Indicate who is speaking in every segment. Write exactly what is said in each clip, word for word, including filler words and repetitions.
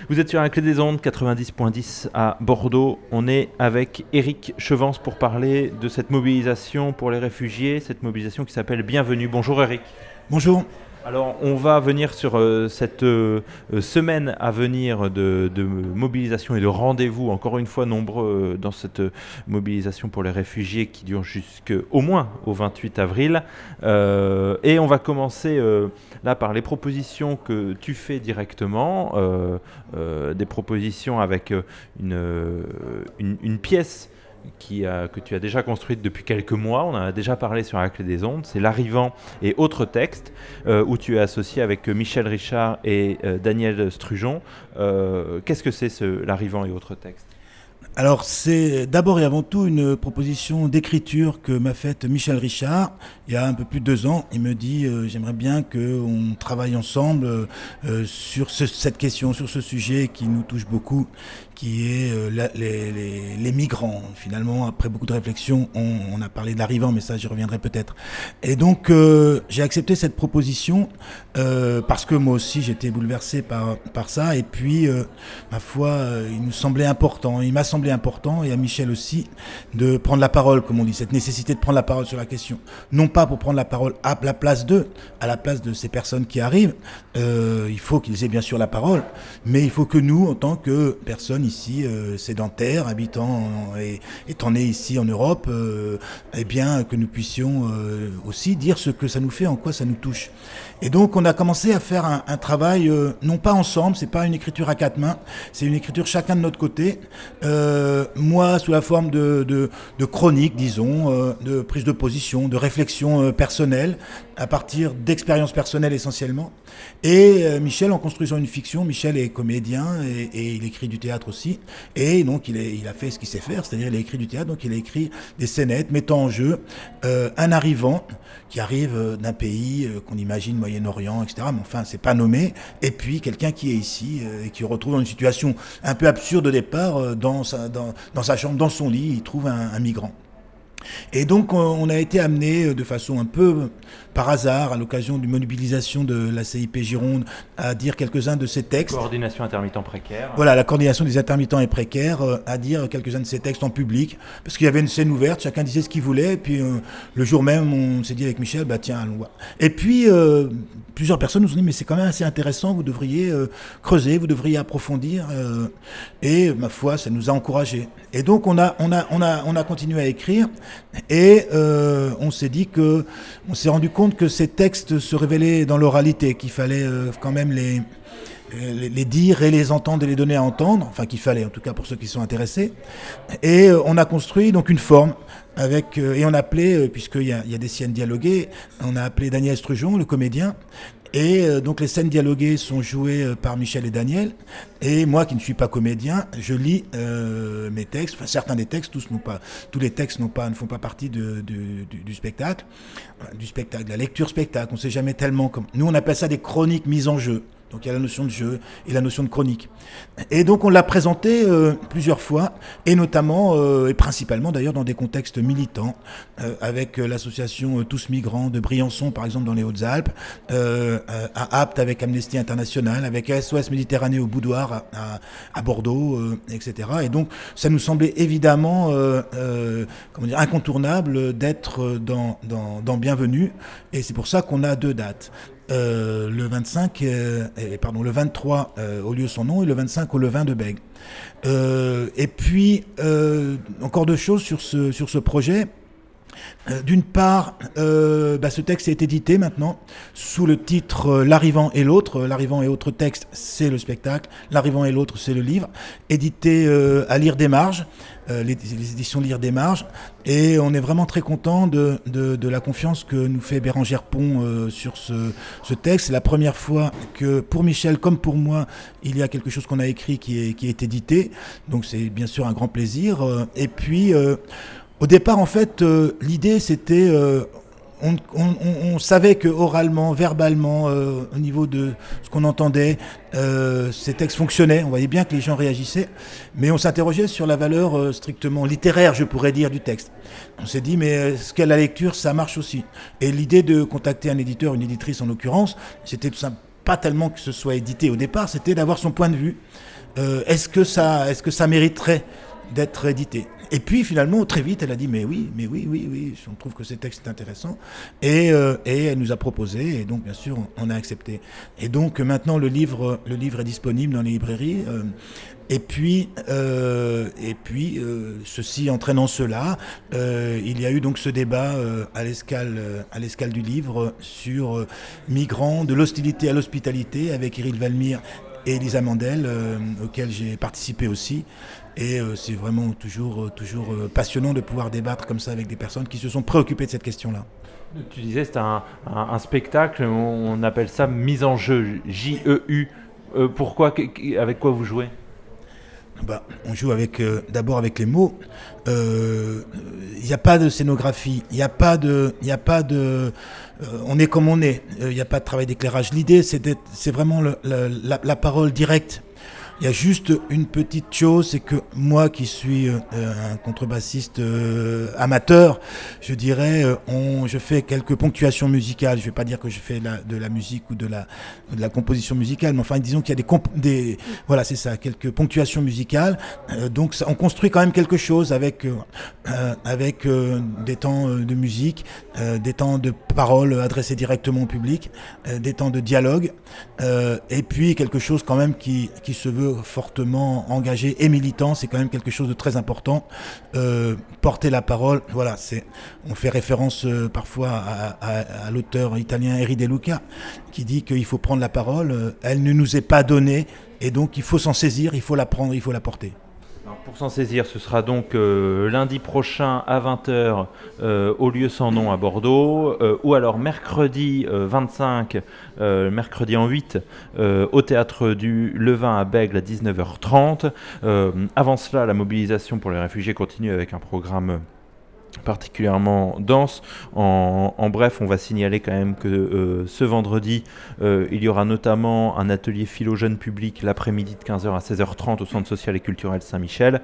Speaker 1: Vous êtes sur la Clé des Ondes, quatre-vingt-dix virgule dix à Bordeaux. On est avec Éric Chevance pour parler de cette mobilisation pour les réfugiés, cette mobilisation qui s'appelle Bienvenue. Bonjour Éric.
Speaker 2: Bonjour.
Speaker 1: Alors on va venir sur euh, cette euh, semaine à venir de, de mobilisation et de rendez-vous, encore une fois nombreux dans cette mobilisation pour les réfugiés qui dure jusqu'au moins au vingt-huit avril. Euh, et on va commencer euh, là par les propositions que tu fais directement, euh, euh, des propositions avec une, une, une pièce Qui a, que tu as déjà construite depuis quelques mois. On en a déjà parlé sur la Clé des Ondes. C'est L'Arrivant et autres textes, euh, où tu es associé avec Michel Richard et euh, Daniel Strujon. Euh, qu'est-ce que c'est ce L'Arrivant et autres textes ?
Speaker 2: Alors c'est d'abord et avant tout une proposition d'écriture que m'a faite Michel Richard il y a un peu plus de deux ans. Il me dit euh, j'aimerais bien qu'on travaille ensemble euh, sur ce, cette question, sur ce sujet qui nous touche beaucoup, qui est euh, la, les, les, les migrants. Finalement, après beaucoup de réflexions, on, on a parlé de l'arrivant, mais ça j'y reviendrai peut-être. Et donc euh, j'ai accepté cette proposition euh, parce que moi aussi j'étais bouleversé par, par ça. Et puis euh, ma foi, euh, il nous semblait important, il m'a semblé important, et à Michel aussi, de prendre la parole, comme on dit, cette nécessité de prendre la parole sur la question. Non pas pour prendre la parole à la place d'eux, à la place de ces personnes qui arrivent, euh, il faut qu'ils aient bien sûr la parole, mais il faut que nous, en tant que personnes ici, euh, sédentaires, habitants et étant nés ici en Europe, euh, eh bien, que nous puissions euh, aussi dire ce que ça nous fait, en quoi ça nous touche. Et donc, on a commencé à faire un, un travail, euh, non pas ensemble, c'est pas une écriture à quatre mains, c'est une écriture chacun de notre côté, euh, moi sous la forme de, de, de chronique, disons, euh, de prise de position, de réflexion euh, personnelle, à partir d'expériences personnelles essentiellement, et euh, Michel en construisant une fiction. Michel est comédien et, et il écrit du théâtre aussi, et donc il, est, il a fait ce qu'il sait faire, c'est-à-dire il a écrit du théâtre, donc il a écrit des scénettes mettant en jeu euh, un arrivant qui arrive d'un pays euh, qu'on imagine Moyen-Orient, et cetera, mais enfin c'est pas nommé, et puis quelqu'un qui est ici euh, et qui retrouve dans une situation un peu absurde au départ, euh, dans, sa, dans, dans sa chambre, dans son lit, il trouve un, un migrant. Et donc on a été amené de façon un peu par hasard, à l'occasion d'une mobilisation de la C I P Gironde, à dire quelques-uns de ces textes.
Speaker 1: Coordination intermittent précaire.
Speaker 2: Voilà, la coordination des intermittents et précaires, euh, à dire quelques-uns de ces textes en public, parce qu'il y avait une scène ouverte, chacun disait ce qu'il voulait, et puis euh, le jour même, on s'est dit avec Michel, bah tiens, allons voir. Et puis, euh, plusieurs personnes nous ont dit, mais c'est quand même assez intéressant, vous devriez euh, creuser, vous devriez approfondir, euh, et ma foi, ça nous a encouragés. Et donc, on a, on a, on a, on a continué à écrire, et euh, on s'est dit que, on s'est rendu compte que ces textes se révélaient dans l'oralité, qu'il fallait euh, quand même les, les, les dire et les entendre et les donner à entendre, enfin qu'il fallait en tout cas pour ceux qui sont intéressés. Et euh, on a construit donc une forme, avec, euh, et on a appelé, euh, puisqu'il y a, il y a des scènes dialoguées, on a appelé Daniel Strujon, le comédien. Et euh, donc les scènes dialoguées sont jouées euh, par Michel et Daniel. Et moi, qui ne suis pas comédien, je lis euh, mes textes. Enfin, certains des textes, tous, n'ont pas, tous les textes n'ont pas, ne font pas partie de, de, du, du spectacle, du spectacle, de la lecture spectacle. On ne sait jamais tellement comme. Nous, on appelle ça des chroniques mises en jeu. Donc il y a la notion de jeu et la notion de chronique. Et donc on l'a présenté euh, plusieurs fois, et notamment, euh, et principalement d'ailleurs dans des contextes militants, euh, avec euh, l'association euh, Tous Migrants de Briançon, par exemple dans les Hautes-Alpes, euh, à Apt avec Amnesty International, avec S O S Méditerranée au Boudoir à, à, à Bordeaux, euh, et cetera. Et donc ça nous semblait évidemment euh, euh, comment dire, incontournable d'être dans, dans, dans Bienvenue, et c'est pour ça qu'on a deux dates. Euh, le vingt-cinq, euh, pardon, le vingt-trois euh, au lieu son nom, et le vingt-cinq au Levain de Bègue. Euh, et puis euh, encore deux choses sur ce sur ce projet. Euh, d'une part, euh, bah, ce texte est édité maintenant sous le titre euh, L'Arrivant et l'autre. L'Arrivant et autres textes, c'est le spectacle. L'Arrivant et l'autre, c'est le livre. Édité euh, à Lire des Marges, euh, les, les éditions Lire des Marges. Et on est vraiment très content de, de, de la confiance que nous fait Bérangère Pont euh, sur ce, ce texte. C'est la première fois que pour Michel comme pour moi, il y a quelque chose qu'on a écrit qui est, qui est édité. Donc c'est bien sûr un grand plaisir. Et puis... Euh, Au départ, en fait, euh, l'idée, c'était... Euh, on, on, on savait que oralement, verbalement, euh, au niveau de ce qu'on entendait, euh, ces textes fonctionnaient. On voyait bien que les gens réagissaient. Mais on s'interrogeait sur la valeur euh, strictement littéraire, je pourrais dire, du texte. On s'est dit, mais est-ce qu'à la lecture, ça marche aussi ? Et l'idée de contacter un éditeur, une éditrice en l'occurrence, c'était tout simple. pas tellement que ce soit édité au départ, c'était d'avoir son point de vue. Euh, est-ce que ça, est-ce que ça mériterait d'être édité? Et puis finalement, très vite, elle a dit mais oui, mais oui, oui, oui, on trouve que ces textes sont intéressants. Et, euh, et elle nous a proposé, et donc bien sûr, on a accepté. Et donc maintenant, le livre, le livre est disponible dans les librairies. Euh, et puis, euh, et puis euh, ceci entraînant cela, euh, il y a eu donc ce débat euh, à l'escale, euh, à l'escale du livre sur euh, migrants, de l'hostilité à l'hospitalité, avec Éric Valmire et Elisa Mandel, euh, auquel j'ai participé aussi. Et euh, c'est vraiment toujours, toujours euh, passionnant de pouvoir débattre comme ça avec des personnes qui se sont préoccupées de cette question-là.
Speaker 1: Tu disais c'est un, un, un spectacle, on appelle ça mise en jeu, J E U. Euh, pourquoi, avec quoi vous jouez?
Speaker 2: Bah, on joue avec, euh, d'abord avec les mots. Il euh, n'y a pas de scénographie, il n'y a pas de... Y a pas de euh, on est comme on est, il n'y a pas de travail d'éclairage. L'idée, c'est, c'est vraiment le, le, la, la parole directe. Il y a juste une petite chose, c'est que moi qui suis euh, un contrebassiste euh, amateur, je dirais, euh, on, je fais quelques ponctuations musicales. Je ne vais pas dire que je fais la, de la musique ou de la, de la composition musicale, mais enfin disons qu'il y a des, comp- des voilà, c'est ça, quelques ponctuations musicales. Euh, donc ça, on construit quand même quelque chose avec euh, avec euh, des temps de musique, euh, des temps de parole adressés directement au public, euh, des temps de dialogue, euh, et puis quelque chose quand même qui qui se veut fortement engagé et militant, c'est quand même quelque chose de très important. Euh, porter la parole, voilà, c'est, on fait référence euh, parfois à, à, à l'auteur italien Eri De Luca qui dit qu'il faut prendre la parole, euh, elle ne nous est pas donnée et donc il faut s'en saisir, il faut la prendre, il faut la porter.
Speaker 1: Alors pour s'en saisir, ce sera donc euh, lundi prochain à vingt heures euh, au lieu sans nom à Bordeaux, euh, ou alors mercredi euh, vingt-cinq, euh, mercredi en huit, euh, au théâtre du Levain à Bègle à dix-neuf heures trente. Euh, avant cela, la mobilisation pour les réfugiés continue avec un programme particulièrement dense. En, en bref, on va signaler quand même que euh, ce vendredi, euh, il y aura notamment un atelier philo jeune public l'après-midi de quinze heures à seize heures trente au Centre social et culturel Saint-Michel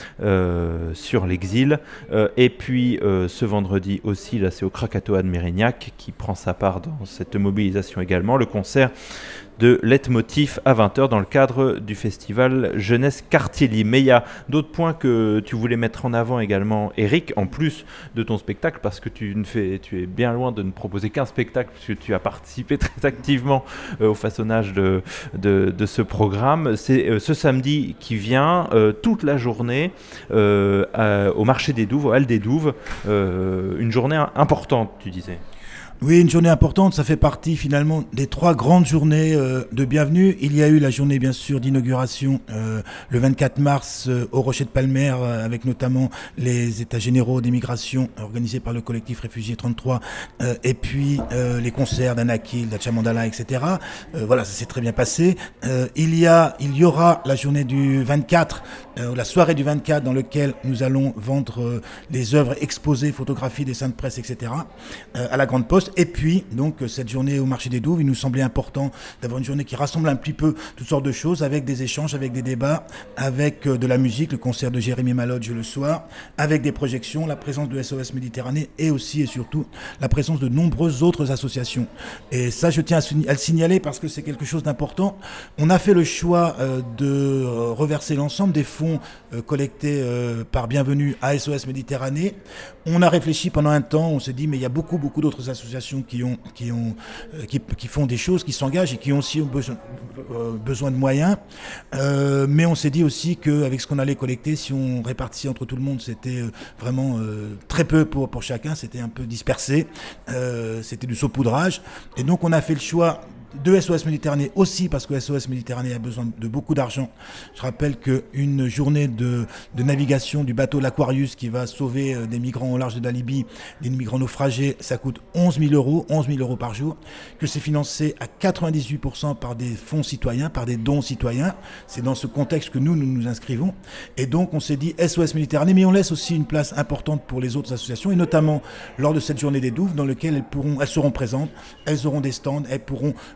Speaker 1: euh, sur l'exil. Euh, et puis euh, ce vendredi aussi, là c'est au Krakatoa de Mérignac qui prend sa part dans cette mobilisation également, le concert de Leitmotiv à vingt heures dans le cadre du festival Jeunesse Quartier Libre. Mais il y a d'autres points que tu voulais mettre en avant également, Eric, en plus de ton spectacle, parce que tu, ne fais, tu es bien loin de ne proposer qu'un spectacle, puisque tu as participé très activement euh, au façonnage de, de, de ce programme. C'est euh, ce samedi qui vient, euh, toute la journée, euh, à, au marché des Douves, au Halles des Douves, euh, une journée importante, tu disais.
Speaker 2: Oui, une journée importante, ça fait partie finalement des trois grandes journées euh, de bienvenue. Il y a eu la journée bien sûr d'inauguration euh, le vingt-quatre mars euh, au Rocher de Palmer euh, avec notamment les états généraux d'immigration organisés par le collectif Réfugiés trente-trois euh, et puis euh, les concerts d'Anakil, d'Achamandala, et cetera. Euh, voilà, ça s'est très bien passé. Euh, il y a, il y aura la journée du vingt-quatre, euh, la soirée du vingt-quatre dans laquelle nous allons vendre euh, les œuvres exposées, photographies, dessins de presse, et cetera. Euh, à la Grande Poste. Et puis, donc, cette journée au marché des Douves, il nous semblait important d'avoir une journée qui rassemble un petit peu toutes sortes de choses, avec des échanges, avec des débats, avec euh, de la musique, le concert de Jérémy Malodge le soir, avec des projections, la présence de S O S Méditerranée et aussi et surtout la présence de nombreuses autres associations. Et ça, je tiens à, à le signaler parce que c'est quelque chose d'important. On a fait le choix euh, de euh, reverser l'ensemble des fonds euh, collectés euh, par Bienvenue à S O S Méditerranée. On a réfléchi pendant un temps, on s'est dit, mais il y a beaucoup, beaucoup d'autres associations qui ont, qui ont, euh, qui, qui font des choses, qui s'engagent et qui ont aussi besoin, euh, besoin de moyens. Euh, mais on s'est dit aussi qu'avec ce qu'on allait collecter, si on répartissait entre tout le monde, c'était euh, vraiment euh, très peu pour, pour chacun, c'était un peu dispersé, euh, c'était du saupoudrage. Et donc on a fait le choix de S O S Méditerranée aussi, parce que S O S Méditerranée a besoin de beaucoup d'argent. Je rappelle qu'une journée de, de navigation du bateau l'Aquarius qui va sauver des migrants au large de la Libye, des migrants naufragés, ça coûte onze mille euros, onze mille euros par jour, que c'est financé à quatre-vingt-dix-huit pour cent par des fonds citoyens, par des dons citoyens. C'est dans ce contexte que nous, nous nous inscrivons. Et donc, on s'est dit S O S Méditerranée, mais on laisse aussi une place importante pour les autres associations, et notamment lors de cette journée des Douves, dans laquelle elles pourront, elles seront présentes, elles auront des stands, elles pourront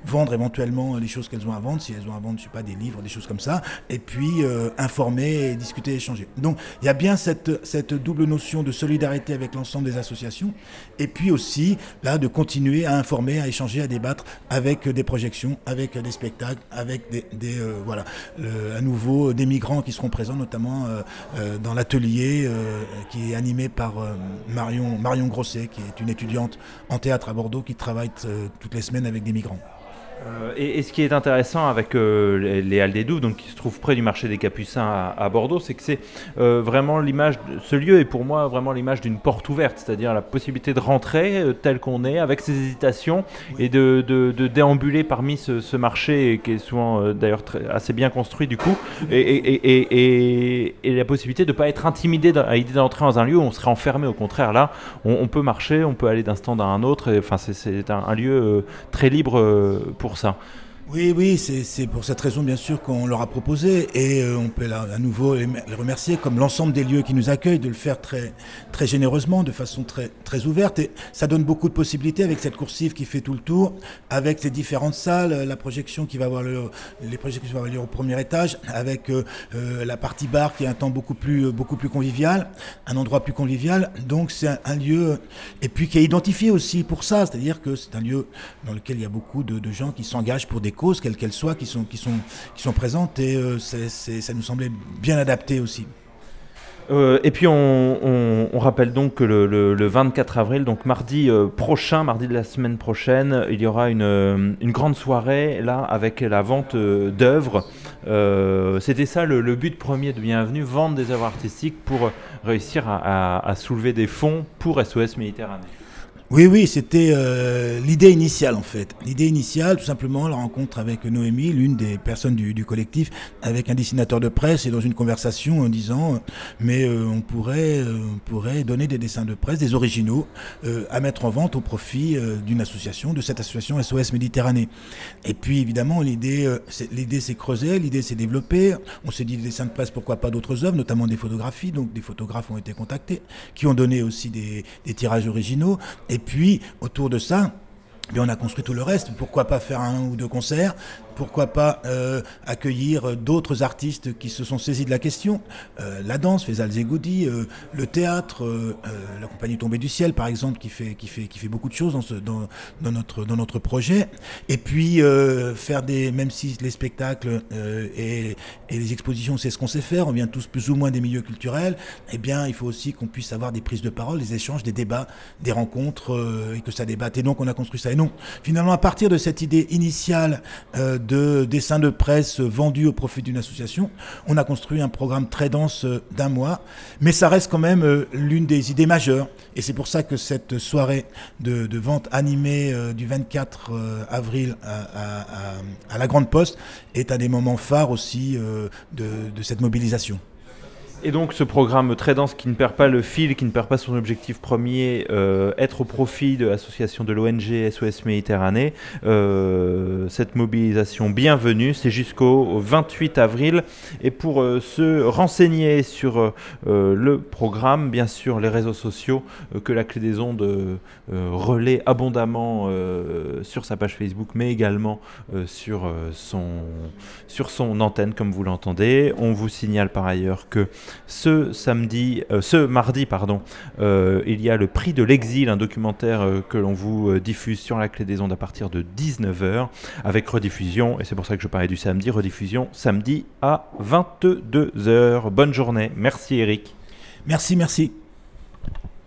Speaker 2: vendre éventuellement les choses qu'elles ont à vendre, si elles ont à vendre, je sais pas, des livres, des choses comme ça, et puis euh, informer, discuter, échanger. Donc il y a bien cette, cette double notion de solidarité avec l'ensemble des associations, et puis aussi là de continuer à informer, à échanger, à débattre avec des projections, avec des spectacles, avec des, des euh, voilà, le, à nouveau des migrants qui seront présents, notamment euh, euh, dans l'atelier euh, qui est animé par euh, Marion, Marion Grosset, qui est une étudiante en théâtre à Bordeaux qui travaille euh, toutes les semaines avec des migrants.
Speaker 1: Euh, et, et ce qui est intéressant avec euh, les, les Halles des Douves, donc qui se trouve près du marché des Capucins à, à Bordeaux, c'est que c'est euh, vraiment l'image, de, ce lieu est pour moi vraiment l'image d'une porte ouverte, c'est-à-dire la possibilité de rentrer euh, tel qu'on est, avec ses hésitations, oui. et de, de, de déambuler parmi ce, ce marché qui est souvent euh, d'ailleurs très, assez bien construit du coup, et, et, et, et, et la possibilité de ne pas être intimidé à l'idée d'entrer dans un lieu où on serait enfermé. Au contraire, là, on, on peut marcher, on peut aller d'un stand à un autre, et, enfin c'est, c'est un, un lieu euh, très libre euh, pour ça.
Speaker 2: Oui, oui, c'est, c'est pour cette raison bien sûr qu'on leur a proposé et euh, on peut là, à nouveau les, les remercier comme l'ensemble des lieux qui nous accueillent de le faire très, très généreusement, de façon très, très ouverte, et ça donne beaucoup de possibilités avec cette coursive qui fait tout le tour, avec ces différentes salles, la projection qui va avoir lieu, les projections qui vont avoir lieu au premier étage, avec euh, euh, la partie bar qui est un temps beaucoup plus, beaucoup plus convivial, un endroit plus convivial, donc c'est un, un lieu et puis qui est identifié aussi pour ça, c'est-à-dire que c'est un lieu dans lequel il y a beaucoup de, de gens qui s'engagent pour des causes, quelles qu'elles soient, qui sont, qui sont, qui sont présentes, et euh, c'est, c'est, ça nous semblait bien adapté aussi.
Speaker 1: Euh, et puis on, on, on rappelle donc que le, le, le vingt-quatre avril, donc mardi euh, prochain, mardi de la semaine prochaine, il y aura une, euh, une grande soirée là avec la vente euh, d'œuvres. Euh, c'était ça le, le but premier de Bienvenue, vendre des œuvres artistiques pour réussir à, à, à soulever des fonds pour S O S Méditerranée.
Speaker 2: Oui, oui, c'était euh, l'idée initiale en fait. L'idée initiale, tout simplement, la rencontre avec Noémie, l'une des personnes du, du collectif, avec un dessinateur de presse, et dans une conversation en disant euh, mais euh, on pourrait, euh, on pourrait donner des dessins de presse, des originaux, euh, à mettre en vente au profit euh, d'une association, de cette association S O S Méditerranée. Et puis évidemment, l'idée, euh, c'est, l'idée s'est creusée, l'idée s'est développée. On s'est dit des dessins de presse, pourquoi pas d'autres œuvres, notamment des photographies. Donc des photographes ont été contactés, qui ont donné aussi des, des tirages originaux. Et Et puis, autour de ça, bien, on a construit tout le reste. Pourquoi pas faire un ou deux concerts ? Pourquoi pas euh, accueillir d'autres artistes qui se sont saisis de la question, euh, la danse, Faisal Zegoudi, euh, le théâtre, euh, euh, la compagnie Tombée du Ciel par exemple, qui fait, qui fait, qui fait beaucoup de choses dans, ce, dans, dans, notre, dans notre projet. Et puis euh, faire des, même si les spectacles euh, et, et les expositions c'est ce qu'on sait faire, on vient tous plus ou moins des milieux culturels, eh bien il faut aussi qu'on puisse avoir des prises de parole, des échanges, des débats, des rencontres, euh, et que ça débatte. Et donc on a construit ça. Et non, finalement à partir de cette idée initiale euh, de dessins de presse vendus au profit d'une association, on a construit un programme très dense d'un mois, mais ça reste quand même l'une des idées majeures, et c'est pour ça que cette soirée de, de vente animée du vingt-quatre avril à, à, à, à la Grande Poste est un des moments phares aussi de, de cette mobilisation.
Speaker 1: Et donc ce programme très dense qui ne perd pas le fil, qui ne perd pas son objectif premier, euh, être au profit de l'association de l'O N G S O S Méditerranée, euh, cette mobilisation bienvenue, c'est jusqu'au vingt-huit avril. Et pour euh, se renseigner sur euh, le programme, bien sûr les réseaux sociaux euh, que la Clé des Ondes euh, relaie abondamment euh, sur sa page Facebook, mais également euh, sur, euh, son, sur son antenne comme vous l'entendez. On vous signale par ailleurs que Ce samedi, euh, ce mardi, pardon, euh, il y a le Prix de l'exil, un documentaire euh, que l'on vous euh, diffuse sur la Clé des Ondes à partir de dix-neuf heures, avec rediffusion, et c'est pour ça que je parlais du samedi, rediffusion samedi à vingt-deux heures. Bonne journée, merci Eric.
Speaker 2: Merci, merci.